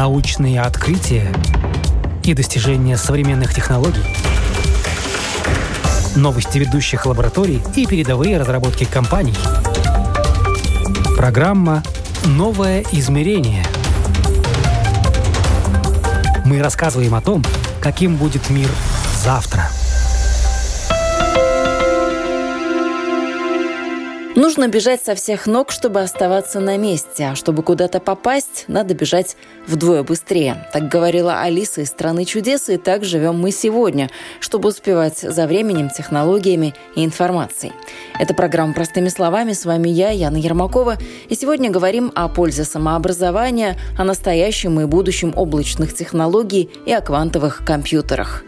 научные открытия и достижения современных технологий, новости ведущих лабораторий и передовые разработки компаний. Программа «Новое измерение». Мы рассказываем о том, каким будет мир завтра. Нужно бежать со всех ног, чтобы оставаться на месте, а чтобы куда-то попасть, надо бежать вдвое быстрее. Так говорила Алиса из «Страны чудес», и так живем мы сегодня, чтобы успевать за временем, технологиями и информацией. Это программа «Простыми словами». С вами я, Яна Ермакова. И сегодня говорим о пользе самообразования, о настоящем и будущем облачных технологий и о квантовых компьютерах.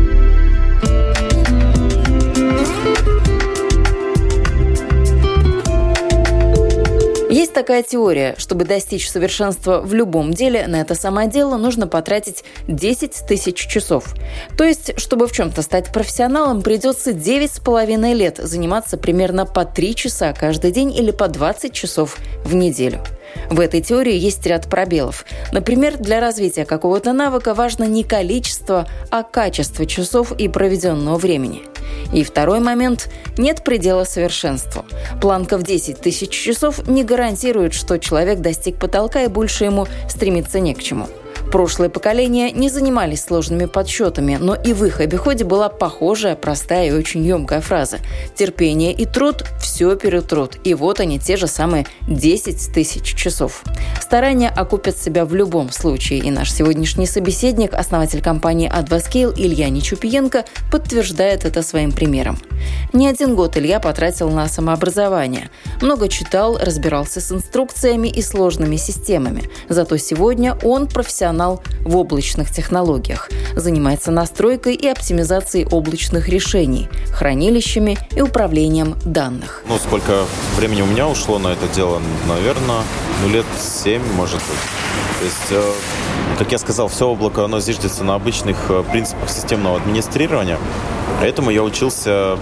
Есть такая теория, чтобы достичь совершенства в любом деле, на это самое дело нужно потратить 10 тысяч часов. То есть, чтобы в чем-то стать профессионалом, придется 9,5 лет заниматься примерно по 3 часа каждый день или по 20 часов в неделю. В этой теории есть ряд пробелов. Например, для развития какого-то навыка важно не количество, а качество часов и проведенного времени. И второй момент – нет предела совершенству. Планка в 10 тысяч часов не гарантирует, что человек достиг потолка и больше ему стремиться не к чему. Прошлые поколения не занимались сложными подсчетами, но и в их обиходе была похожая, простая и очень емкая фраза: терпение и труд все перетрут. И вот они, те же самые 10 тысяч часов. Старания окупят себя в любом случае, и наш сегодняшний собеседник, основатель компании Advascale Илья Нечупиенко, подтверждает это своим примером. Не один год Илья потратил на самообразование. Много читал, разбирался с инструкциями и сложными системами. Зато сегодня он профессионал в облачных технологиях. Занимается настройкой и оптимизацией облачных решений, хранилищами и управлением данных. Сколько времени у меня ушло на это дело? Наверное, лет 7, может быть. То есть, как я сказал, все облако, оно зиждется на обычных принципах системного администрирования. Поэтому я учился...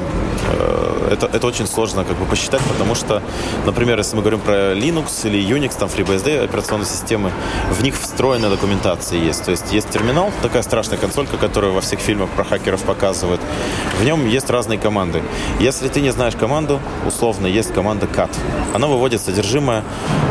Это очень сложно посчитать, потому что, например, если мы говорим про Linux или Unix, там FreeBSD операционные системы, в них встроенная документация есть. То есть есть терминал, такая страшная консолька, которую во всех фильмах про хакеров показывают. В нем есть разные команды. Если ты не знаешь команду, условно, есть команда cat. Она выводит содержимое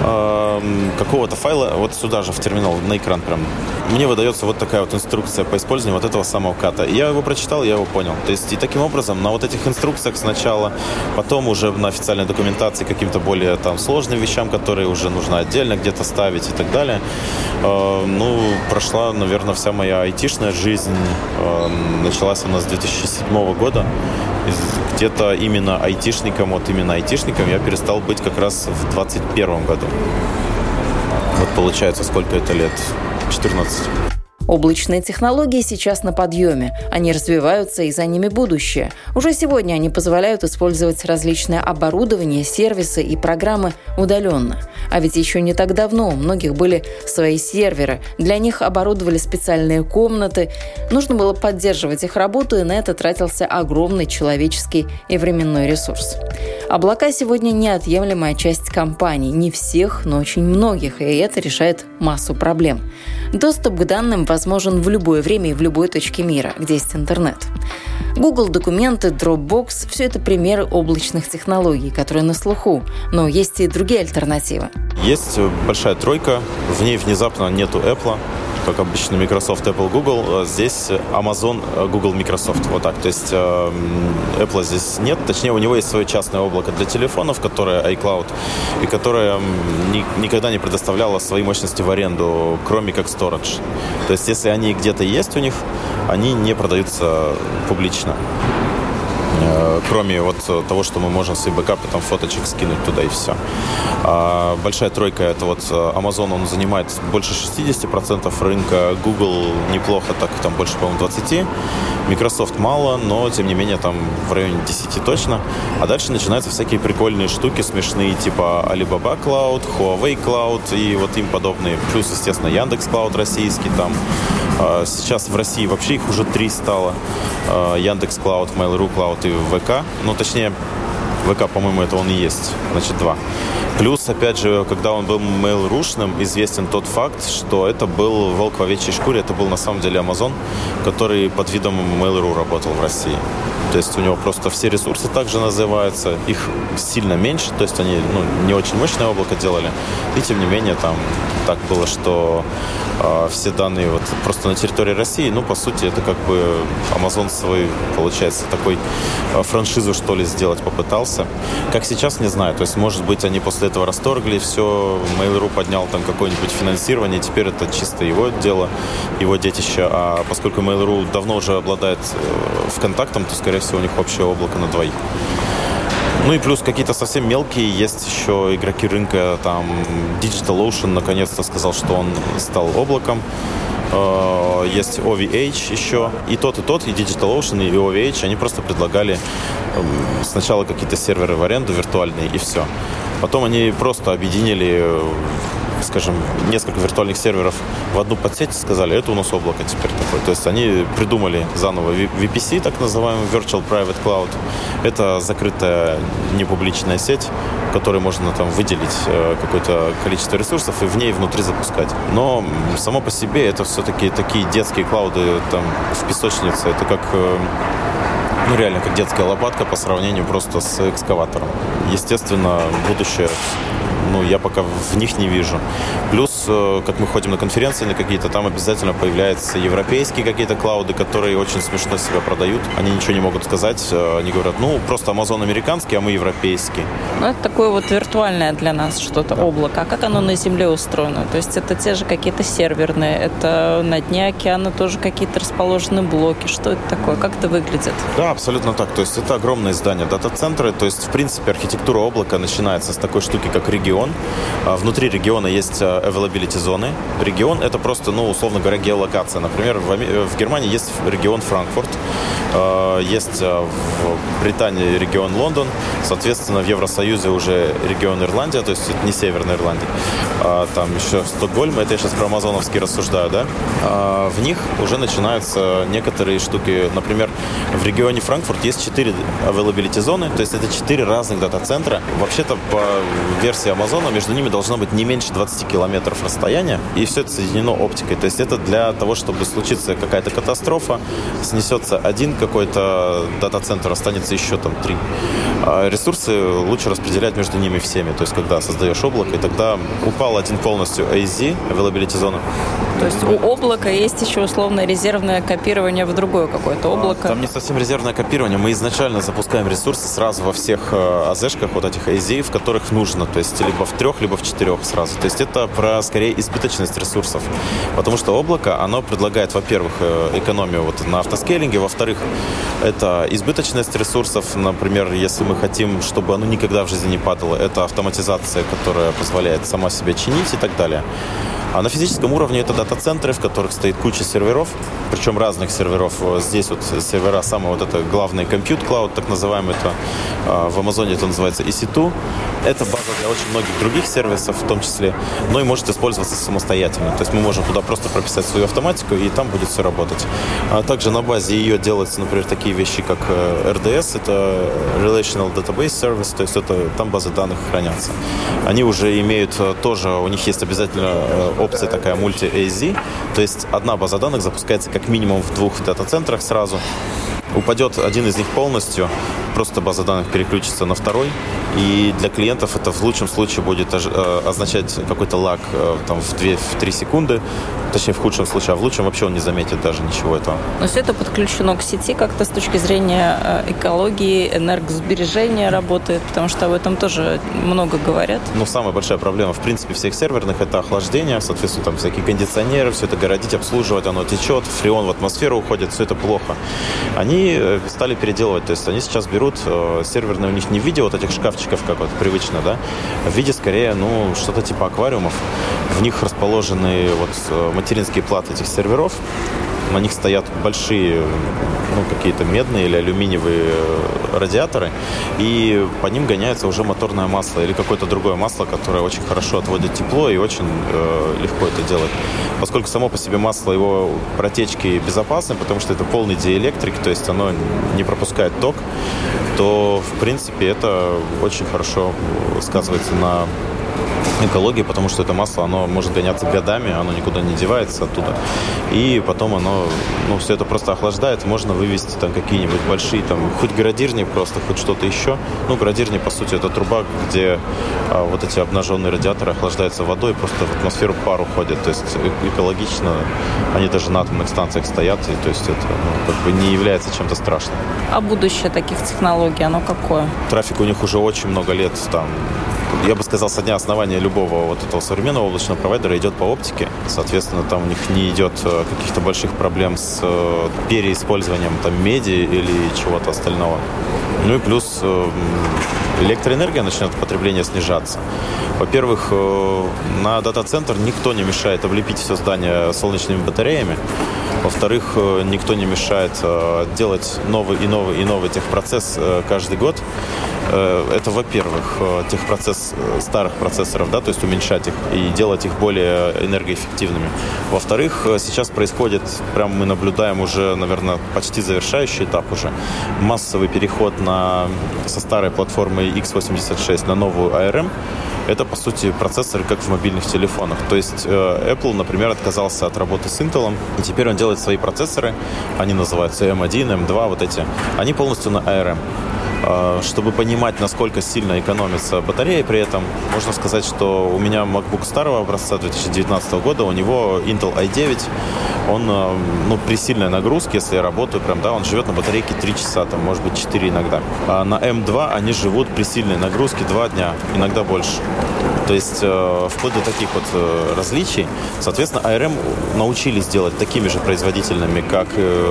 какого-то файла вот сюда же, в терминал, на экран прям. Мне выдается вот такая вот инструкция по использованию вот этого самого ката. Я его прочитал, я его понял. То есть и таким образом на вот этих инструкциях сначала, потом уже на официальной документации каким-то более сложным вещам, которые уже нужно отдельно где-то ставить и так далее. Прошла, наверное, вся моя айтишная жизнь. Началась она с 2007 года. Где-то именно айтишником я перестал быть как раз в 2021 году. Вот получается, сколько это лет? 14. Облачные технологии сейчас на подъеме. Они развиваются, и за ними будущее. Уже сегодня они позволяют использовать различное оборудование, сервисы и программы удаленно. А ведь еще не так давно у многих были свои серверы. Для них оборудовали специальные комнаты. Нужно было поддерживать их работу, и на это тратился огромный человеческий и временной ресурс. Облака сегодня неотъемлемая часть компаний. Не всех, но очень многих, и это решает массу проблем. Доступ к данным возможен в любое время и в любой точке мира, где есть интернет. Google документы, Dropbox – все это примеры облачных технологий, которые на слуху. Но есть и другие альтернативы. Есть большая тройка, в ней внезапно нету Apple. Как обычно, Microsoft, Apple, Google. Здесь Amazon, Google, Microsoft. Вот так. То есть Apple здесь нет. Точнее, у него есть свое частное облако для телефонов, которое iCloud, и которое никогда не предоставляло свои мощности в аренду, кроме как storage. То есть, если они где-то есть у них, они не продаются публично. Кроме того, что мы можем свои бэкапы, фоточек скинуть туда и все. Большая тройка, это Amazon, он занимает больше 60% рынка, Google неплохо, так больше, по-моему, 20%. Microsoft мало, но, тем не менее, в районе 10 точно. А дальше начинаются всякие прикольные штуки, смешные, типа Alibaba Cloud, Huawei Cloud и им подобные. Плюс, естественно, Яндекс.Клауд российский Сейчас в России вообще их уже 3 стало. Яндекс.Клауд, Mail.ru Cloud и ВК. Точнее, ВК, по-моему, это он и есть. Значит, 2. Плюс, опять же, когда он был Mail.ru-шным, известен тот факт, что это был волк в овечьей шкуре, это был на самом деле Amazon, который под видом Mail.ru работал в России. То есть у него просто все ресурсы также называются, их сильно меньше, то есть они не очень мощное облако делали. И тем не менее там так было, что все данные вот просто на территории России, по сути, это как бы Amazon свой, получается, такой франшизу, что ли, сделать попытался. Как сейчас, не знаю. То есть, может быть, они после этого расторгли все, Mail.ru поднял там какое-нибудь финансирование, и теперь это чисто его дело, его детище. А поскольку Mail.ru давно уже обладает ВКонтактом, то, скорее всего, у них общее облако на двоих. И плюс какие-то совсем мелкие есть еще игроки рынка. Там DigitalOcean наконец-то сказал, что он стал облаком. Есть OVH еще. И тот, и DigitalOcean, и OVH, они просто предлагали сначала какие-то серверы в аренду виртуальные, и все. Потом они просто объединили, скажем, несколько виртуальных серверов в одну подсеть и сказали, это у нас облако теперь такое. То есть они придумали заново VPC, так называемый Virtual Private Cloud. Это закрытая непубличная сеть, в которой можно там выделить какое-то количество ресурсов и в ней внутри запускать. Но само по себе это все-таки такие детские клауды там в песочнице. Это как реально как детская лопатка по сравнению просто с экскаватором. Естественно, будущее я пока в них не вижу. Плюс, как мы ходим на конференции на какие-то, там обязательно появляются европейские какие-то клауды, которые очень смешно себя продают. Они ничего не могут сказать. Они говорят, просто Amazon американский, а мы европейский. Это такое вот виртуальное для нас что-то, да. Облако. А как оно на Земле устроено? То есть это те же какие-то серверные, это на дне океана тоже какие-то расположены блоки. Что это такое? Как это выглядит? Да, абсолютно так. То есть это огромные здания, дата-центры. То есть, в принципе, архитектура облака начинается с такой штуки, как регион. Внутри региона есть availability зоны. Регион — это просто, условно говоря, геолокация. Например, в Германии есть регион Франкфурт, есть в Британии регион Лондон, соответственно, в Евросоюзе уже регион Ирландия, то есть это не Северная Ирландия. Там еще Стокгольм, это я сейчас про амазоновский рассуждаю, да? В них уже начинаются некоторые штуки. Например, в регионе Франкфурт есть 4 availability зоны, то есть это 4 разных дата-центра. Вообще-то по версии Амазона между ними должно быть не меньше 20 километров расстояния, и все это соединено оптикой. То есть это для того, чтобы случится какая-то катастрофа, снесется один какой-то дата-центр, останется еще там 3. Ресурсы лучше распределять между ними всеми. То есть когда создаешь облако, и тогда упал один полностью AZ, availability зона. То есть у облака есть еще условно резервное копирование в другое какое-то облако? Там не совсем резервное копирование. Мы изначально запускаем ресурсы сразу во всех АЗшках, вот этих AZ, в которых нужно. То есть либо в 3, либо в 4 сразу. То есть это про, скорее, избыточность ресурсов. Потому что облако, оно предлагает, во-первых, экономию на автоскейлинге, во-вторых, это избыточность ресурсов. Например, если мы хотим, чтобы оно никогда в жизни не падало, это автоматизация, которая позволяет сама себя чинить и так далее. А на физическом уровне это дата-центры, в которых стоит куча серверов, причем разных серверов. Здесь вот сервера, самый это главный compute cloud, так называемый, это в Амазоне это называется EC2. Это база для очень многих других сервисов в том числе, но и может использоваться самостоятельно. То есть мы можем туда просто прописать свою автоматику, и там будет все работать. А также на базе ее делаются, например, такие вещи, как RDS, это Relational Database Service, то есть это там базы данных хранятся. Они уже имеют тоже, у них есть обязательно опция такая multi-AZ, то есть одна база данных запускается как минимум в 2 дата-центрах сразу. Упадет один из них полностью, просто база данных переключится на второй, и для клиентов это в лучшем случае будет означать какой-то лаг там, в 2-3 секунды, точнее в худшем случае, а в лучшем вообще он не заметит даже ничего этого. Но все это подключено к сети как-то с точки зрения экологии, энергосбережения работает, потому что об этом тоже много говорят. Самая большая проблема, в принципе, всех серверных — это охлаждение, соответственно, там всякие кондиционеры, все это городить, обслуживать, оно течет, фреон в атмосферу уходит, все это плохо. Они стали переделывать, то есть они сейчас берут серверные, у них не в виде вот этих шкафчиков, как вот привычно, да, а в виде скорее, что-то типа аквариумов. В них расположены материнские платы этих серверов, на них стоят большие, какие-то медные или алюминиевые радиаторы, и по ним гоняется уже моторное масло или какое-то другое масло, которое очень хорошо отводит тепло и очень легко это делает. Поскольку само по себе масло, его протечки безопасны, потому что это полный диэлектрик, то есть оно не пропускает ток, то, в принципе, это очень хорошо сказывается на экологии, потому что это масло, оно может гоняться годами, оно никуда не девается оттуда. И потом оно, все это просто охлаждает. Можно вывести там какие-нибудь большие, там, хоть градирни просто, хоть что-то еще. Градирни, по сути, это труба, где вот эти обнаженные радиаторы охлаждаются водой, просто в атмосферу пар уходит. То есть экологично они даже на атомных станциях стоят, и то есть это не является чем-то страшным. А будущее таких технологий, оно какое? Трафик у них уже очень много лет, там, я бы сказал, со дня основания любого вот этого современного облачного провайдера идет по оптике. Соответственно, там у них не идет каких-то больших проблем с переиспользованием там меди или чего-то остального. И плюс электроэнергия начнет потребление снижаться. Во-первых, на дата-центр никто не мешает облепить все здание солнечными батареями. Во-вторых, никто не мешает делать новый и новый и новый техпроцесс каждый год. Это, во-первых, техпроцесс старых процессоров, да, то есть уменьшать их и делать их более энергоэффективными. Во-вторых, сейчас происходит, прям мы наблюдаем уже, наверное, почти завершающий этап уже, массовый переход со старой платформы x86 на новую ARM. Это, по сути, процессоры, как в мобильных телефонах. То есть Apple, например, отказался от работы с Intel, и теперь он делает свои процессоры, они называются M1, M2, вот эти, они полностью на ARM. Чтобы понимать, насколько сильно экономится батарея при этом, можно сказать, что у меня MacBook старого образца 2019 года, у него Intel i9, он при сильной нагрузке, если я работаю, он живет на батарейке 3 часа, там, может быть, 4 иногда. А на M2 они живут при сильной нагрузке 2 дня, иногда больше. То есть вплоть до таких вот различий. Соответственно, ARM научились делать такими же производительными, как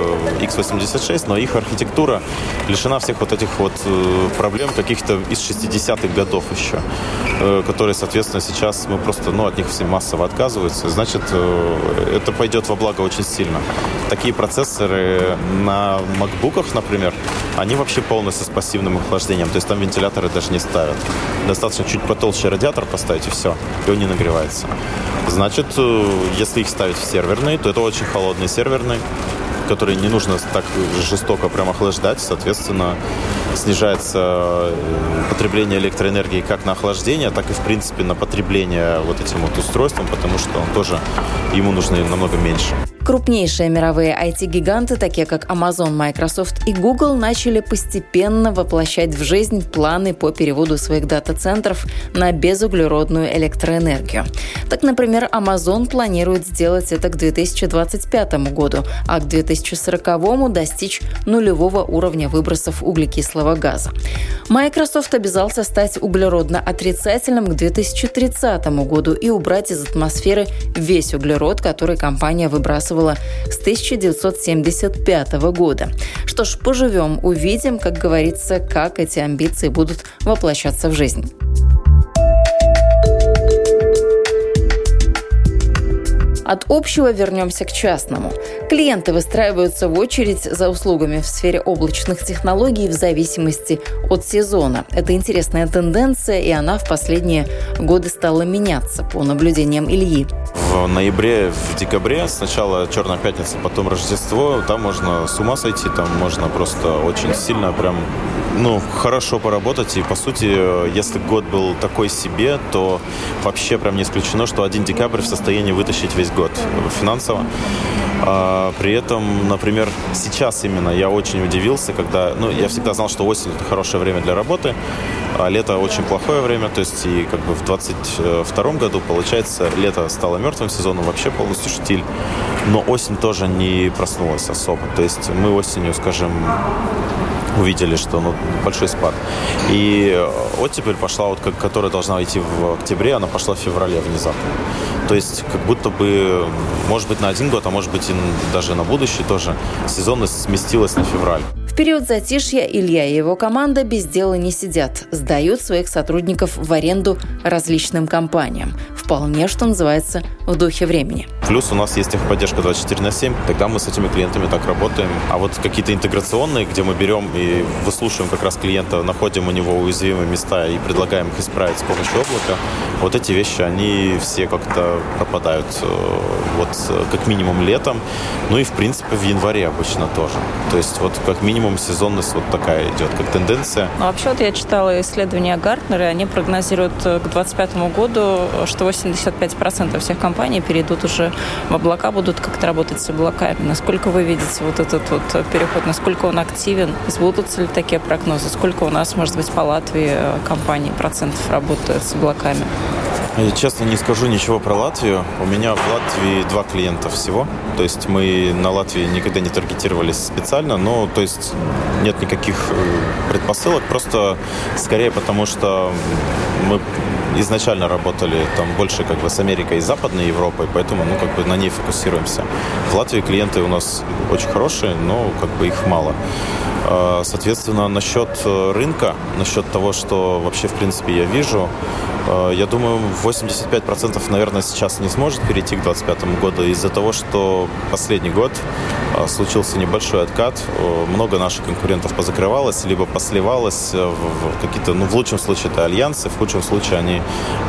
x86, но их архитектура лишена всех вот этих вот проблем каких-то из 60-х годов еще, которые, соответственно, сейчас мы просто, от них все массово отказываются. Значит, это пойдет во благо очень сильно. Такие процессоры на макбуках, например, они вообще полностью с пассивным охлаждением, то есть там вентиляторы даже не ставят. Достаточно чуть потолще радиатор поставить, и все, и он не нагревается. Значит, если их ставить в серверные, то это очень холодные серверные, которые не нужно так жестоко прям охлаждать, соответственно, снижается потребление электроэнергии как на охлаждение, так и, в принципе, на потребление вот этим вот устройством, потому что он тоже, ему нужно намного меньше. Крупнейшие мировые IT-гиганты, такие как Amazon, Microsoft и Google, начали постепенно воплощать в жизнь планы по переводу своих дата-центров на безуглеродную электроэнергию. Так, например, Amazon планирует сделать это к 2025 году, а к 2040-му достичь нулевого уровня выбросов углекислого газа. Microsoft обязался стать углеродно-отрицательным к 2030 году и убрать из атмосферы весь углерод, который компания выбрасывала с 1975 года. Что ж, поживем, увидим, как говорится, как эти амбиции будут воплощаться в жизнь. От общего вернемся к частному. Клиенты выстраиваются в очередь за услугами в сфере облачных технологий в зависимости от сезона. Это интересная тенденция, и она в последние годы стала меняться, по наблюдениям Ильи. В ноябре, в декабре, сначала Черная пятница, потом Рождество, там можно с ума сойти, там можно просто очень сильно прям, хорошо поработать. И, по сути, если год был такой себе, то вообще прям не исключено, что один декабрь в состоянии вытащить весь год финансово. При этом, например, сейчас именно я очень удивился, когда, я всегда знал, что осень – это хорошее время для работы, а лето очень плохое время, то есть и как бы в 2022 году, получается, лето стало мертвым сезоном, вообще полностью штиль, но осень тоже не проснулась особо, то есть мы осенью, скажем, увидели, что большой спад. И оттепель пошла, которая должна идти в октябре, она пошла в феврале внезапно. То есть как будто бы, может быть, на один год, а может быть и даже на будущий тоже, сезонность сместилась на февраль. В период затишья Илья и его команда без дела не сидят, сдают своих сотрудников в аренду различным компаниям. Вполне, что называется, в духе времени. Плюс у нас есть техподдержка 24/7, тогда мы с этими клиентами так работаем. А вот какие-то интеграционные, где мы берем и выслушиваем как раз клиента, находим у него уязвимые места и предлагаем их исправить с помощью облака, вот эти вещи, они все как-то пропадают вот как минимум летом, ну и в принципе в январе обычно тоже. То есть вот как минимум сезонность вот такая идет, как тенденция. Ну, вообще вот я читала исследования Гартнера, и они прогнозируют к 2025 году, что 85% всех компаний перейдут уже в облака, будут как-то работать с облаками. Насколько вы видите вот этот вот переход, насколько он активен? Сбудутся ли такие прогнозы? Сколько у нас, может быть, по Латвии компаний процентов работают с облаками? Я честно не скажу ничего про Латвию. У меня в Латвии 2 клиента всего. То есть мы на Латвии никогда не таргетировались специально, но то есть нет никаких предпосылок, просто скорее потому, что мы изначально работали там больше как бы с Америкой и Западной Европой, поэтому как бы на ней фокусируемся. В Латвии клиенты у нас очень хорошие, но как бы их мало. Соответственно, насчет рынка, насчет того, что вообще в принципе я вижу, я думаю, 85%, наверное, сейчас не сможет перейти к 2025 году из-за того, что последний год случился небольшой откат. Много наших конкурентов позакрывалось, либо посливалось в какие-то, в лучшем случае это альянсы, в худшем случае они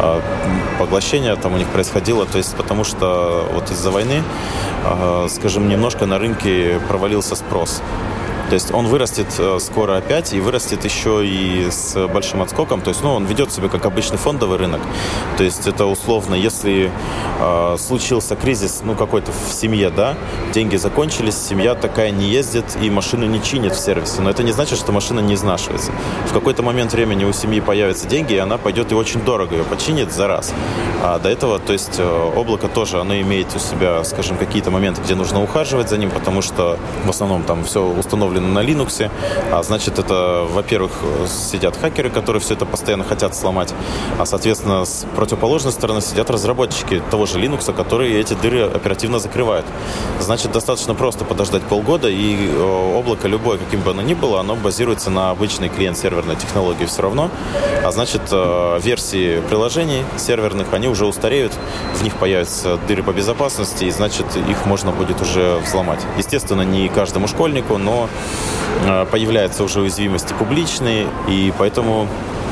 поглощение там у них происходило. То есть потому что вот из-за войны, скажем, немножко на рынке провалился спрос. То есть он вырастет скоро опять и вырастет еще и с большим отскоком. То есть, он ведет себя как обычный фондовый рынок. То есть это условно, если случился кризис, какой-то в семье, да, деньги закончились, семья такая не ездит и машину не чинит в сервисе. Но это не значит, что машина не изнашивается. В какой-то момент времени у семьи появятся деньги, и она пойдет и очень дорого ее починит за раз. А до этого, то есть облако тоже, оно имеет у себя, скажем, какие-то моменты, где нужно ухаживать за ним, потому что в основном там все установлено на Linux, а значит, это, во-первых, сидят хакеры, которые все это постоянно хотят сломать, а, соответственно, с противоположной стороны сидят разработчики того же Linux, которые эти дыры оперативно закрывают. Значит, достаточно просто подождать полгода, и облако любое, каким бы оно ни было, оно базируется на обычной клиент-серверной технологии все равно, а значит, версии приложений серверных, они уже устареют, в них появятся дыры по безопасности, и, значит, их можно будет уже взломать. Естественно, не каждому школьнику, но появляются уже уязвимости публичные, и поэтому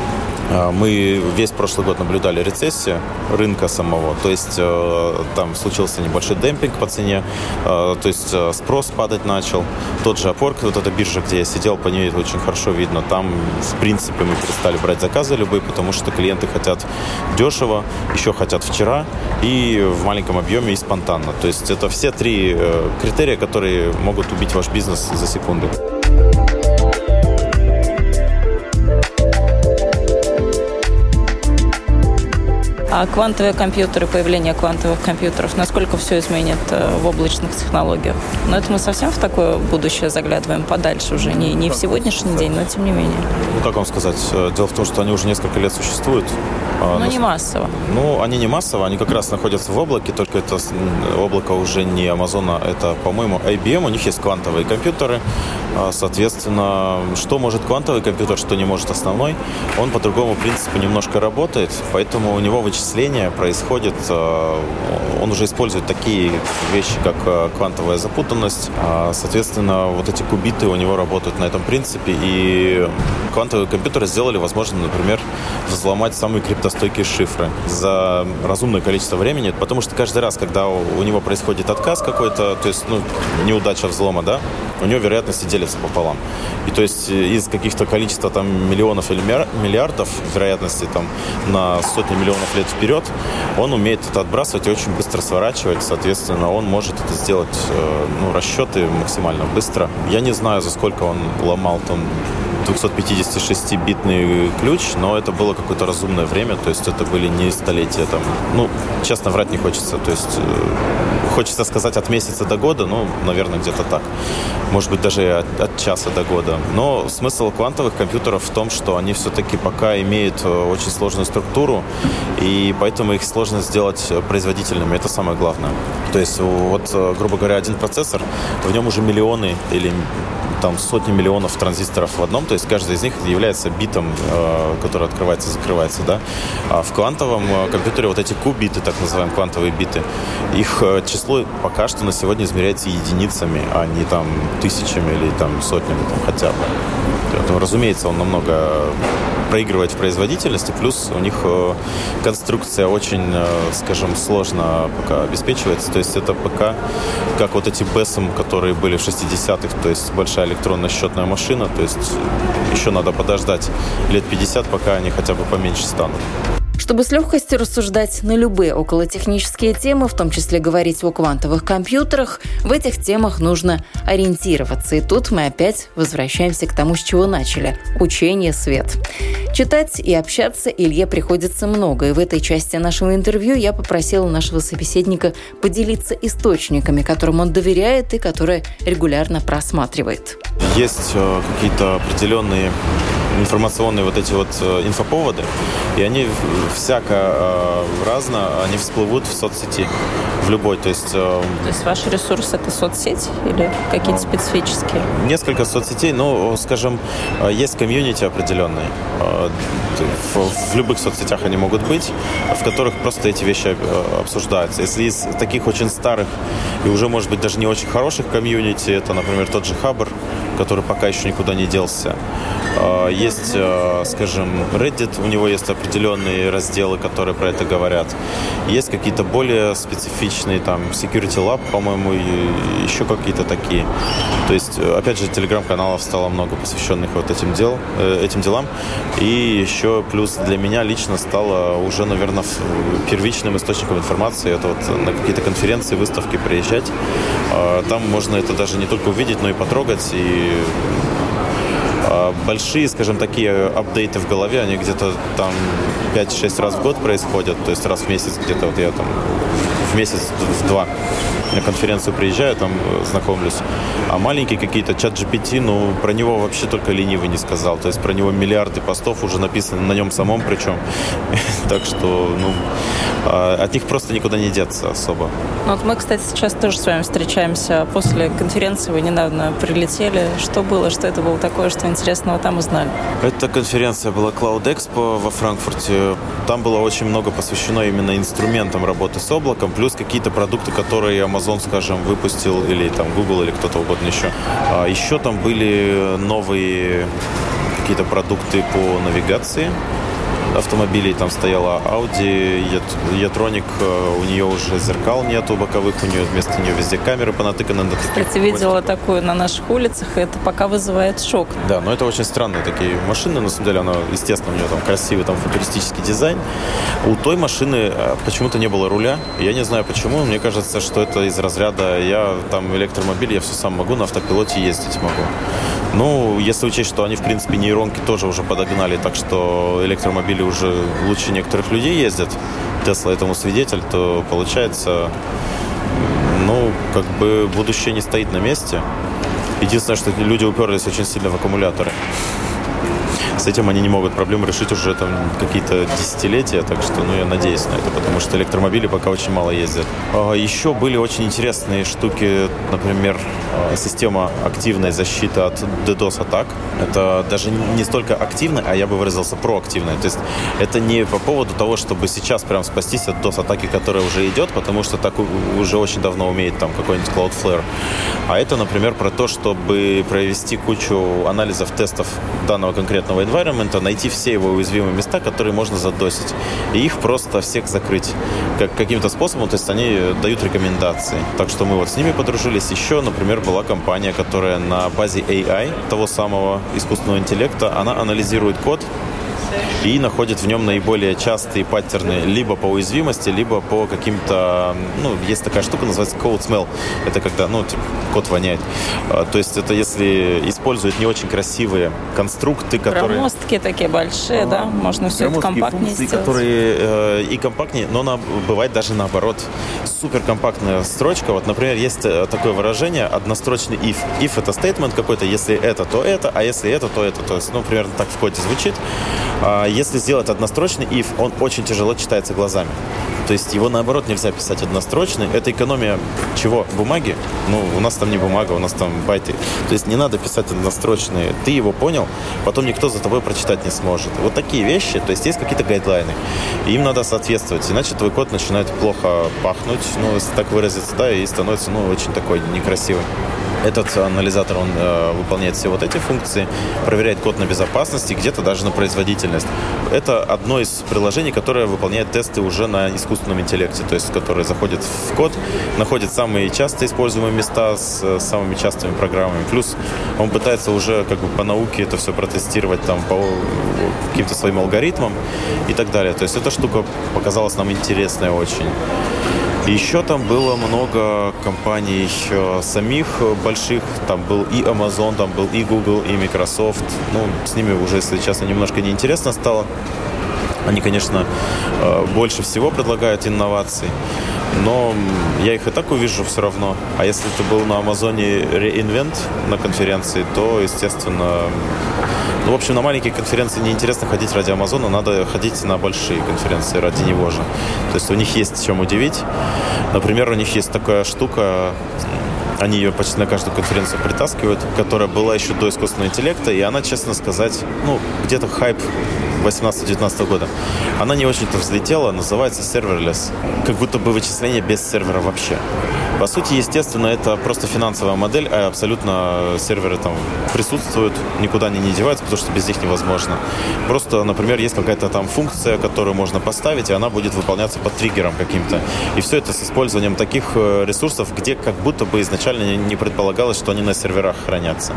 мы весь прошлый год наблюдали рецессию рынка самого, то есть там случился небольшой демпинг по цене, то есть спрос падать начал. Тот же Upwork, вот эта биржа, где я сидел, по ней очень хорошо видно, там в принципе мы перестали брать заказы любые, потому что клиенты хотят дешево, еще хотят вчера и в маленьком объеме и спонтанно. То есть это все 3 критерия, которые могут убить ваш бизнес за секунды. А квантовые компьютеры, появление квантовых компьютеров, насколько все изменит в облачных технологиях? Но это мы совсем в такое будущее заглядываем подальше уже, не в сегодняшний день, но тем не менее. Как вам сказать? Дело в том, что они уже несколько лет существуют. Но не массово. Они не массово, они как раз находятся в облаке, только это облако уже не Амазона, это, по-моему, IBM, у них есть квантовые компьютеры. Соответственно, что может квантовый компьютер, что не может основной, он по другому принципу немножко работает, поэтому у него вычисления происходят, он уже использует такие вещи, как квантовая запутанность. Соответственно, вот эти кубиты у него работают на этом принципе, и квантовые компьютеры сделали возможным, например, взломать самые криптостойкие шифры за разумное количество времени, потому что каждый раз, когда у него происходит отказ какой-то, то есть, неудача взлома, да, у него вероятности делятся пополам. И то есть из каких-то количества там миллионов или миллиардов вероятности там на сотни миллионов лет вперед, он умеет это отбрасывать и очень быстро сворачивать. Соответственно, он может это сделать, расчеты максимально быстро. Я не знаю, за сколько он ломал там 256-битный ключ, но это было какое-то разумное время, то есть это были не столетия там. Честно, врать не хочется, то есть хочется сказать от месяца до года, наверное, где-то так. Может быть, даже от часа до года. Но смысл квантовых компьютеров в том, что они все-таки пока имеют очень сложную структуру, и поэтому их сложно сделать производительными. Это самое главное. То есть, грубо говоря, один процессор, в нем уже миллионы или там сотни миллионов транзисторов в одном, то есть каждый из них является битом, который открывается и закрывается, да. А в квантовом компьютере вот эти кубиты, так называемые квантовые биты, их число пока что на сегодня измеряется единицами, а не там тысячами или там сотнями там, хотя бы. Поэтому, разумеется, он намного проигрывать в производительности, плюс у них конструкция очень, скажем, сложно пока обеспечивается. То есть это ПК, как вот эти BESM, которые были в 60-х, то есть большая электронная счетная машина, то есть еще надо подождать лет 50, пока они хотя бы поменьше станут. Чтобы с легкостью рассуждать на любые околотехнические темы, в том числе говорить о квантовых компьютерах, в этих темах нужно ориентироваться. И тут мы опять возвращаемся к тому, с чего начали – учение свет. Читать и общаться Илье приходится много, и в этой части нашего интервью я попросила нашего собеседника поделиться источниками, которым он доверяет и которые регулярно просматривает. Есть какие-то определенные информационные вот эти вот инфоповоды, и они всяко разно, они всплывут в соцсети, в любой. То есть ваш ресурс – это соцсеть или какие-то специфические? Несколько соцсетей, скажем, есть комьюнити определенные. В любых соцсетях они могут быть, в которых просто эти вещи обсуждаются. Если из таких очень старых и уже, может быть, даже не очень хороших комьюнити, это, например, тот же Хабр, который пока еще никуда не делся. Есть, скажем, Reddit, у него есть определенные разделы, которые про это говорят. Есть какие-то более специфичные, там, Security Lab, по-моему, и еще какие-то такие. То есть, опять же, телеграм-каналов стало много, посвященных вот этим делам. И еще плюс для меня лично стало уже, наверное, первичным источником информации. Это вот на какие-то конференции, выставки приезжать. Там можно это даже не только увидеть, но и потрогать. И большие, скажем, такие апдейты в голове, они где-то там 5-6 раз в год происходят, то есть раз в месяц где-то, вот я там в месяц, в 2 на конференцию приезжаю, там знакомлюсь. А маленькие какие-то, чат GPT, про него вообще только ленивый не сказал. То есть про него миллиарды постов уже написаны на нем самом причем. Так что, от них просто никуда не деться особо. Вот мы, кстати, сейчас тоже с вами встречаемся после конференции. Вы недавно прилетели. Что было? Что это было такое, что интересного там узнали? Эта конференция была Cloud Expo во Франкфурте. Там было очень много посвящено именно инструментам работы с облаком, плюс какие-то продукты, которые Amazon, скажем, выпустил, или там Google, или кто-то угодно еще. Еще там были новые какие-то продукты по навигации автомобилей. Там стояла Audi, E-Tronic, у нее уже зеркал нету боковых, у нее вместо нее везде камеры понатыканы. Кстати, видела такую на наших улицах, и это пока вызывает шок. Да, но это очень странные такие машины, на самом деле, она, естественно, у нее там красивый там футуристический дизайн. У той машины почему-то не было руля, я не знаю почему, мне кажется, что это из разряда я там электромобиль, я все сам могу, на автопилоте ездить могу. Если учесть, что они, в принципе, нейронки тоже уже подогнали, так что электромобили уже лучше некоторых людей ездят, Тесла этому свидетель, то получается, будущее не стоит на месте. Единственное, что люди уперлись очень сильно в аккумуляторы. С этим они не могут проблему решить уже там какие-то десятилетия, так что я надеюсь на это, потому что электромобили пока очень мало ездят. Еще были очень интересные штуки, например, система активной защиты от DDoS-атак. Это даже не столько активная, а я бы выразился проактивная. То есть это не по поводу того, чтобы сейчас прям спастись от DDoS-атаки, которая уже идет, потому что так уже очень давно умеет там какой-нибудь Cloudflare. А это, например, про то, чтобы провести кучу анализов, тестов данного конкретного environment, найти все его уязвимые места, которые можно задосить, и их просто всех закрыть каким-то способом, то есть они дают рекомендации. Так что мы с ними подружились. Еще, например, была компания, которая на базе AI, того самого искусственного интеллекта, она анализирует код и находит в нем наиболее частые паттерны либо по уязвимости, либо по каким-то... есть такая штука, называется code smell. Это когда, код воняет. То есть это если используют не очень красивые конструкты, которые... Громоздкие такие большие, да? Можно все это компактнее функции, сделать. которые и компактнее, но бывает даже наоборот. Суперкомпактная строчка. Например, есть такое выражение, однострочный if. If — это statement какой-то, если это, то это, а если это, то это. То есть, примерно так в коде звучит. Если сделать однострочный if, он очень тяжело читается глазами. То есть его, наоборот, нельзя писать однострочный. Это экономия чего? Бумаги? У нас там не бумага, у нас там байты. То есть не надо писать однострочные. Ты его понял, потом никто за тобой прочитать не сможет. Вот такие вещи, то есть есть какие-то гайдлайны. И им надо соответствовать, иначе твой код начинает плохо пахнуть, если так выразиться, да, и становится, очень такой некрасивый. Этот анализатор, он выполняет все вот эти функции, проверяет код на безопасность и где-то даже на производительность. Это одно из приложений, которое выполняет тесты уже на искусственном интеллекте, то есть которое заходит в код, находит самые часто используемые места с самыми частыми программами. Плюс он пытается уже как бы по науке это все протестировать там, по каким-то своим алгоритмам и так далее. То есть эта штука показалась нам интересной очень. Еще там было много компаний самих больших. Там был и Amazon, там был и Google, и Microsoft. Ну, с ними уже, если честно, немножко неинтересно стало. Они, конечно, больше всего предлагают инноваций. Но я их и так увижу все равно. А если ты был на Амазоне re:Invent на конференции, то, естественно... Ну, в общем, на маленькие конференции неинтересно ходить ради Амазона, надо ходить на большие конференции ради него же. То есть у них есть чем удивить. Например, у них есть такая штука, они ее почти на каждую конференцию притаскивают, которая была еще до искусственного интеллекта, и она, честно сказать, ну, где-то хайп 18-19 года. Она не очень-то взлетела, называется serverless. Как будто бы вычисление без сервера вообще. По сути, естественно, это просто финансовая модель, а абсолютно серверы там присутствуют, никуда они не деваются, потому что без них невозможно. Просто, например, есть какая-то там функция, которую можно поставить, и она будет выполняться под триггером каким-то. И все это с использованием таких ресурсов, где как будто бы изначально не предполагалось, что они на серверах хранятся.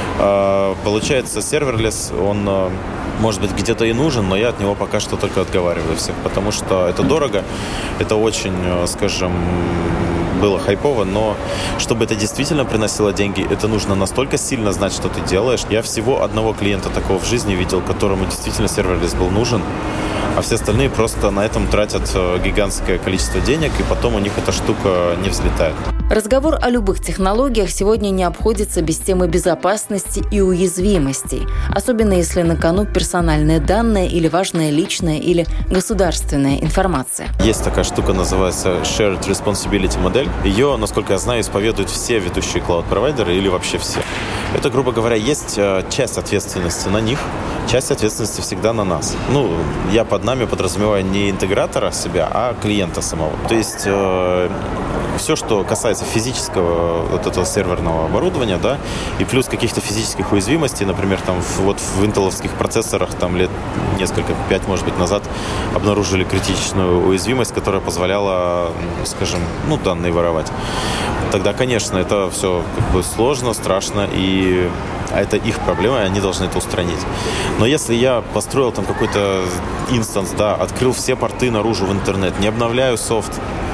Получается, серверлесс, он, может быть, где-то и нужен, но я от него пока что только отговариваю всех, потому что это дорого, это очень, скажем, было хайпово, но чтобы это действительно приносило деньги, это нужно настолько сильно знать, что ты делаешь. Я всего одного клиента такого в жизни видел, которому действительно серверлесс был нужен, а все остальные просто на этом тратят гигантское количество денег, и потом у них эта штука не взлетает. Разговор о любых технологиях сегодня не обходится без темы безопасности и уязвимостей, особенно если на кону персональные данные или важная личная или государственная информация. Есть такая штука, называется Shared Responsibility модель. Ее, насколько я знаю, исповедуют все ведущие клауд-провайдеры или вообще все. Это, грубо говоря, есть часть ответственности на них, часть ответственности всегда на нас. Ну, я под нами подразумеваю не интегратора себя, а клиента самого. То есть все, что касается физического вот этого серверного оборудования, да, и плюс каких-то физических уязвимостей, например, там вот в интеловских процессорах там лет несколько, 5, может быть, назад обнаружили критичную уязвимость, которая позволяла, скажем, ну, данные воровать. Тогда, конечно, это все как бы сложно, страшно, и это их проблема, и они должны это устранить. Но если я построил там какой-то инстанс, да, открыл все порты наружу в интернет, не обновляю софт,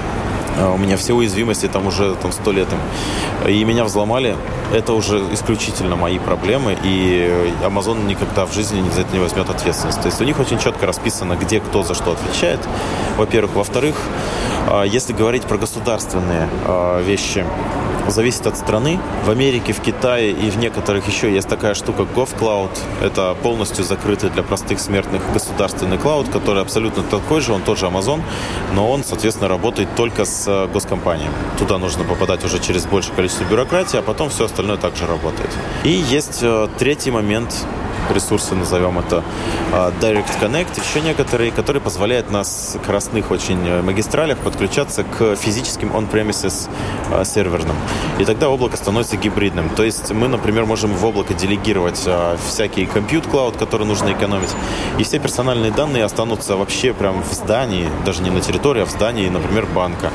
у меня все уязвимости там уже 100 лет, и меня взломали, это уже исключительно мои проблемы, и Amazon никогда в жизни за это не возьмет ответственность. То есть у них очень четко расписано, где кто за что отвечает, во-первых. Во-вторых, если говорить про государственные вещи, зависит от страны. В Америке, в Китае и в некоторых еще есть такая штука GovCloud. Это полностью закрытый для простых смертных государственный клауд, который абсолютно такой же, он тоже Amazon, но он, соответственно, работает только с госкомпаниями. Туда нужно попадать уже через большее количество бюрократии, а потом все остальное также работает. И есть третий момент, ресурсы, назовем это Direct Connect, еще некоторые, которые позволяют на скоростных очень магистралях подключаться к физическим on-premises серверным. И тогда облако становится гибридным. То есть мы, например, можем в облако делегировать всякий compute cloud, который нужно экономить, и все персональные данные останутся вообще прям в здании, даже не на территории, а в здании, например, банка.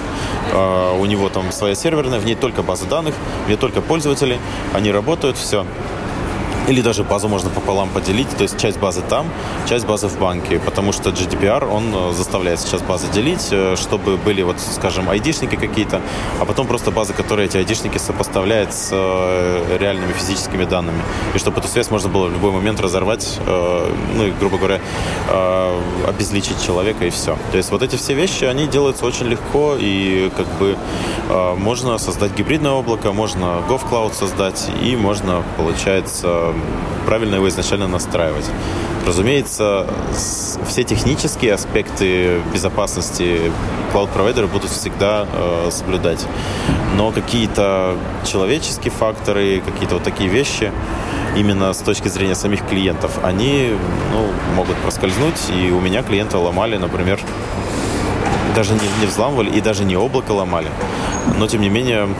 У него там своя серверная, в ней только база данных, в ней только пользователи, они работают, все. Или даже базу можно пополам поделить, то есть часть базы там, часть базы в банке, потому что GDPR, он заставляет сейчас базы делить, чтобы были, вот, скажем, айдишники какие-то, а потом просто базы, которые эти айдишники сопоставляют с реальными физическими данными, и чтобы эту связь можно было в любой момент разорвать, ну и, грубо говоря, обезличить человека, и все. То есть вот эти все вещи, они делаются очень легко, и как бы можно создать гибридное облако, можно GovCloud создать, и можно, получается, правильно его изначально настраивать. Разумеется, все технические аспекты безопасности клауд-провайдеры будут всегда соблюдать. Но какие-то человеческие факторы, какие-то вот такие вещи, именно с точки зрения самих клиентов, они могут проскользнуть. И у меня клиента ломали, например, даже не взламывали и даже не облако ломали. Но, тем не менее,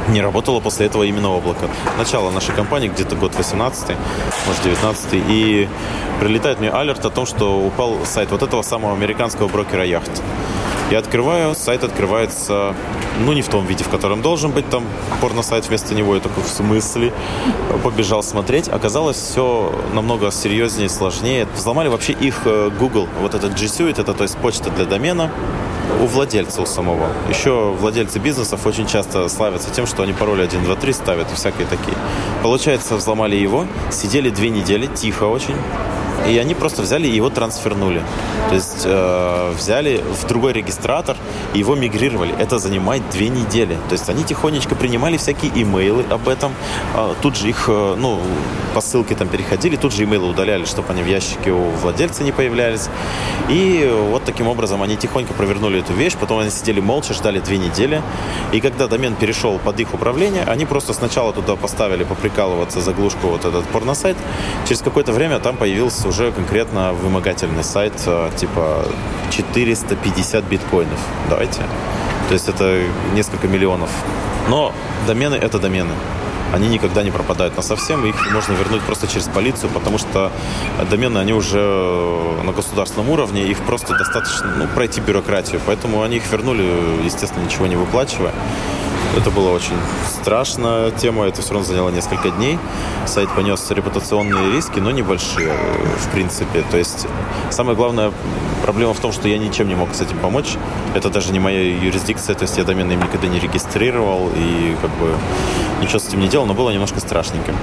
не работало после этого именно облако. Начало нашей компании, где-то год 18-й, может 19-й, и прилетает мне алерт о том, что упал сайт вот этого самого американского брокера яхт. Я открываю, сайт открывается, не в том виде, в котором должен быть, там порно-сайт вместо него. Я такой, в смысле? Побежал смотреть. Оказалось, все намного серьезнее, сложнее. Взломали вообще их Google, вот этот G Suite, это то есть почта для домена, у владельца у самого. Еще владельцы бизнесов очень часто славятся тем, что они пароли 1, 2, 3 ставят и всякие такие. Получается, взломали его, сидели 2 недели, тихо очень. И они просто взяли и его трансфернули. То есть взяли в другой регистратор и его мигрировали. Это занимает 2 недели. То есть они тихонечко принимали всякие имейлы об этом. Тут же их, по ссылке там переходили, тут же имейлы удаляли, чтобы они в ящике у владельца не появлялись. И вот таким образом они тихонько провернули эту вещь. Потом они сидели молча, ждали 2 недели. И когда домен перешел под их управление, они просто сначала туда поставили поприкалываться заглушку вот этот порносайт. Через какое-то время там появился уже конкретно вымогательный сайт, типа 450 биткоинов. Давайте. То есть это несколько миллионов. Но домены — это домены. Они никогда не пропадают насовсем, их можно вернуть просто через полицию, потому что домены, они уже на государственном уровне, их просто достаточно пройти бюрократию. Поэтому они их вернули, естественно, ничего не выплачивая. Это была очень страшная тема, это все равно заняло несколько дней. Сайт понес репутационные риски, но небольшие, в принципе. То есть самая главная проблема в том, что я ничем не мог с этим помочь. Это даже не моя юрисдикция, то есть я домены им никогда не регистрировал и ничего с этим не делал, но было немножко страшненько.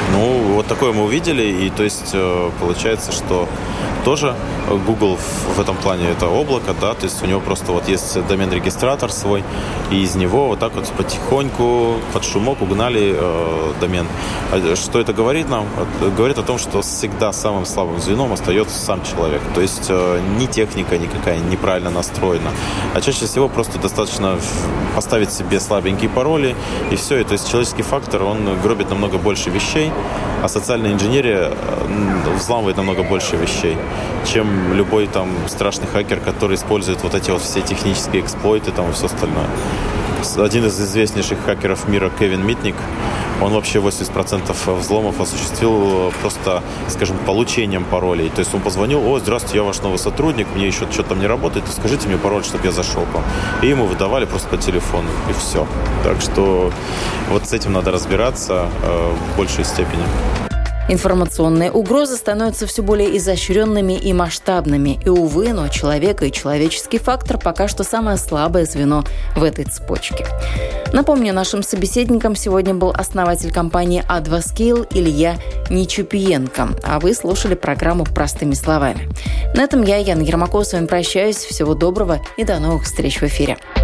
Вот такое мы увидели, и то есть получается, что тоже Google в этом плане это облако, да, то есть у него просто есть домен-регистратор свой, и из него вот так вот потихоньку под шумок угнали домен. Что это говорит нам? Говорит о том, что всегда самым слабым звеном остается сам человек. То есть ни техника никакая неправильно настроена, а чаще всего просто достаточно поставить себе слабенькие пароли, и все. И то есть человеческий фактор, он гробит намного больше вещей, а социальная инженерия взламывает намного больше вещей, чем любой там страшный хакер, который использует вот эти вот все технические эксплойты там и все остальное. Один из известнейших хакеров мира, Кевин Митник, он вообще 80% взломов осуществил просто, скажем, получением паролей. То есть он позвонил: здравствуйте, я ваш новый сотрудник, мне еще что-то там не работает, скажите мне пароль, чтобы я зашел к вам. И ему выдавали просто по телефону, и все. Так что вот с этим надо разбираться в большей степени. Информационные угрозы становятся все более изощренными и масштабными. И, увы, но человек и человеческий фактор пока что самое слабое звено в этой цепочке. Напомню, нашим собеседником сегодня был основатель компании Advascale Илья Нечупиенко. А вы слушали программу «Простыми словами». На этом я, Яна Ермакова, с вами прощаюсь. Всего доброго и до новых встреч в эфире.